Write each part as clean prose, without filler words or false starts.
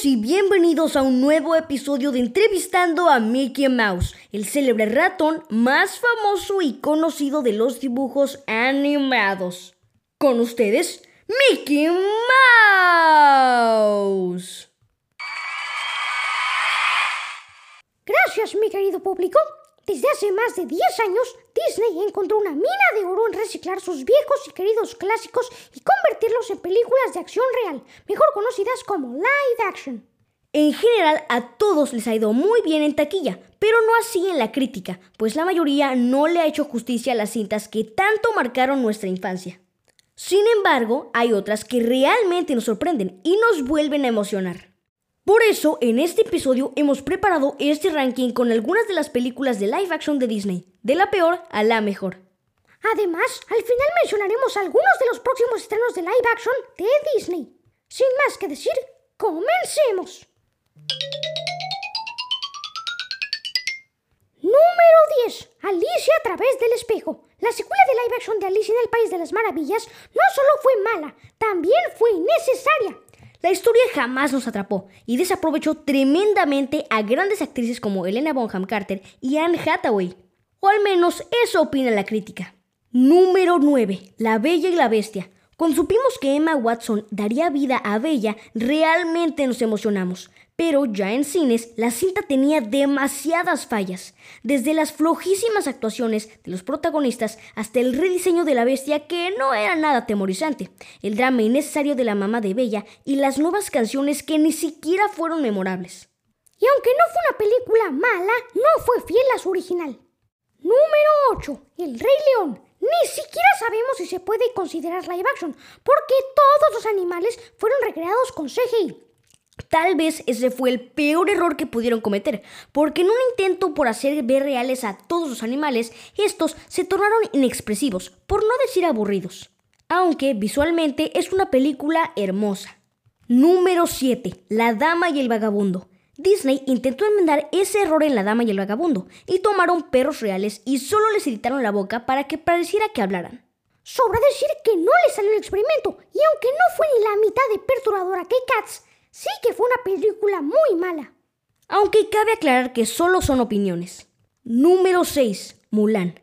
y bienvenidos a un nuevo episodio de Entrevistando a Mickey Mouse, el célebre ratón más famoso y conocido de los dibujos animados. Con ustedes, Mickey Mouse. Gracias, mi querido público. Desde hace más de 10 años, Disney encontró una mina de oro en reciclar sus viejos y queridos clásicos y convertirlos en películas de acción real, mejor conocidas como live action. En general, a todos les ha ido muy bien en taquilla, pero no así en la crítica, pues la mayoría no le ha hecho justicia a las cintas que tanto marcaron nuestra infancia. Sin embargo, hay otras que realmente nos sorprenden y nos vuelven a emocionar. Por eso, en este episodio hemos preparado este ranking con algunas de las películas de live action de Disney, de la peor a la mejor. Además, al final mencionaremos algunos de los próximos estrenos de live action de Disney. Sin más que decir, ¡comencemos! Número 10. Alicia a través del espejo. La secuela de live action de Alicia en el País de las Maravillas no solo fue mala, también fue innecesaria. La historia jamás nos atrapó y desaprovechó tremendamente a grandes actrices como Helena Bonham Carter y Anne Hathaway. O al menos eso opina la crítica. Número 9. La Bella y la Bestia. Cuando supimos que Emma Watson daría vida a Bella, realmente nos emocionamos. Pero ya en cines, la cinta tenía demasiadas fallas. Desde las flojísimas actuaciones de los protagonistas hasta el rediseño de la bestia que no era nada atemorizante, el drama innecesario de la mamá de Bella y las nuevas canciones que ni siquiera fueron memorables. Y aunque no fue una película mala, no fue fiel a su original. Número 8. El Rey León. Ni siquiera sabemos si se puede considerar live action, porque todos los animales fueron recreados con CGI. Tal vez ese fue el peor error que pudieron cometer, porque en un intento por hacer ver reales a todos los animales, estos se tornaron inexpresivos, por no decir aburridos. Aunque visualmente es una película hermosa. Número 7. La Dama y el Vagabundo. Disney intentó enmendar ese error en La Dama y el Vagabundo, y tomaron perros reales y solo les editaron la boca para que pareciera que hablaran. Sobra decir que no le salió el experimento, y aunque no fue ni la mitad de perturbadora que Cats, sí que fue una película muy mala. Aunque cabe aclarar que solo son opiniones. Número 6. Mulan.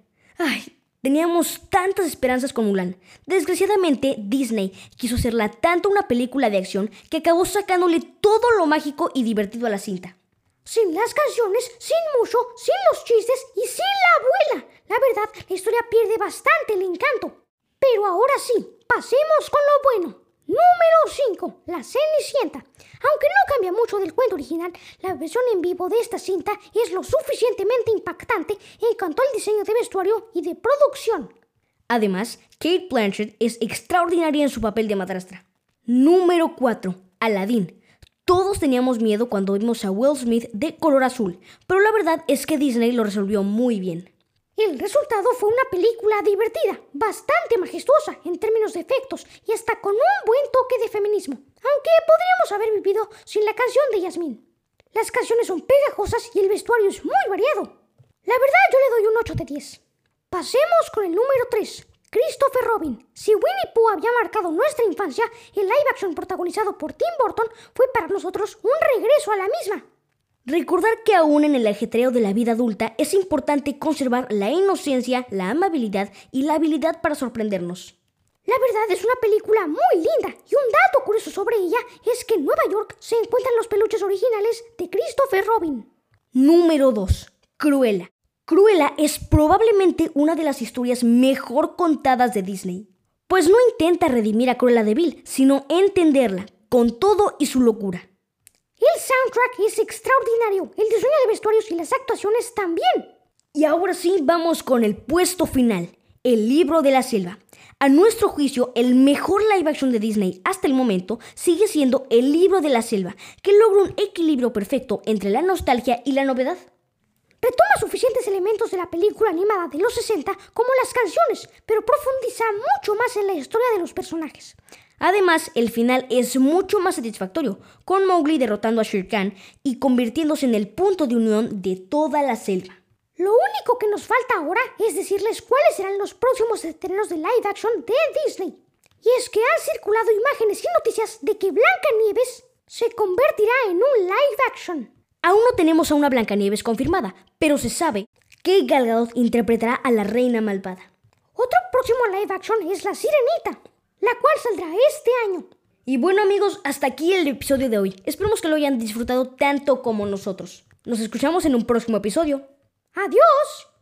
Teníamos tantas esperanzas con Mulan. Desgraciadamente, Disney quiso hacerla tanto una película de acción que acabó sacándole todo lo mágico y divertido a la cinta. Sin las canciones, sin Mushu, sin los chistes y sin la abuela. La verdad, la historia pierde bastante el encanto. Pero ahora sí, pasemos con lo bueno. Número 5. La Cenicienta. Aunque no cambia mucho del cuento original, la versión en vivo de esta cinta es lo suficientemente impactante en cuanto al diseño de vestuario y de producción. Además, Cate Blanchett es extraordinaria en su papel de madrastra. Número 4. Aladdin. Todos teníamos miedo cuando vimos a Will Smith de color azul, pero la verdad es que Disney lo resolvió muy bien. El resultado fue una película divertida, bastante majestuosa en términos de efectos y hasta con un buen toque de feminismo, aunque podríamos haber vivido sin la canción de Yasmín. Las canciones son pegajosas y el vestuario es muy variado. La verdad, yo le doy un 8 de 10. Pasemos con el número 3, Christopher Robin. Si Winnie Pooh había marcado nuestra infancia, el live action protagonizado por Tim Burton fue para nosotros un regreso a la misma. Recordar que aún en el ajetreo de la vida adulta es importante conservar la inocencia, la amabilidad y la habilidad para sorprendernos. La verdad es una película muy linda y un dato curioso sobre ella es que en Nueva York se encuentran los peluches originales de Christopher Robin. Número 2. Cruella. Cruella es probablemente una de las historias mejor contadas de Disney, pues no intenta redimir a Cruella de Vil, sino entenderla, con todo y su locura. El soundtrack es extraordinario, el diseño de vestuarios y las actuaciones también. Y ahora sí, vamos con el puesto final, El Libro de la Selva. A nuestro juicio, el mejor live action de Disney hasta el momento sigue siendo El Libro de la Selva, que logra un equilibrio perfecto entre la nostalgia y la novedad. Retoma suficientes elementos de la película animada de los 60 como las canciones, pero profundiza mucho más en la historia de los personajes. Además, el final es mucho más satisfactorio, con Mowgli derrotando a Shere Khan y convirtiéndose en el punto de unión de toda la selva. Lo único que nos falta ahora es decirles cuáles serán los próximos estrenos de live action de Disney. Y es que han circulado imágenes y noticias de que Blancanieves se convertirá en un live action. Aún no tenemos a una Blancanieves confirmada, pero se sabe que Gal Gadot interpretará a la reina malvada. Otro próximo live action es La Sirenita, la cual saldrá este año. Y bueno amigos, hasta aquí el episodio de hoy. Esperemos que lo hayan disfrutado tanto como nosotros. Nos escuchamos en un próximo episodio. ¡Adiós!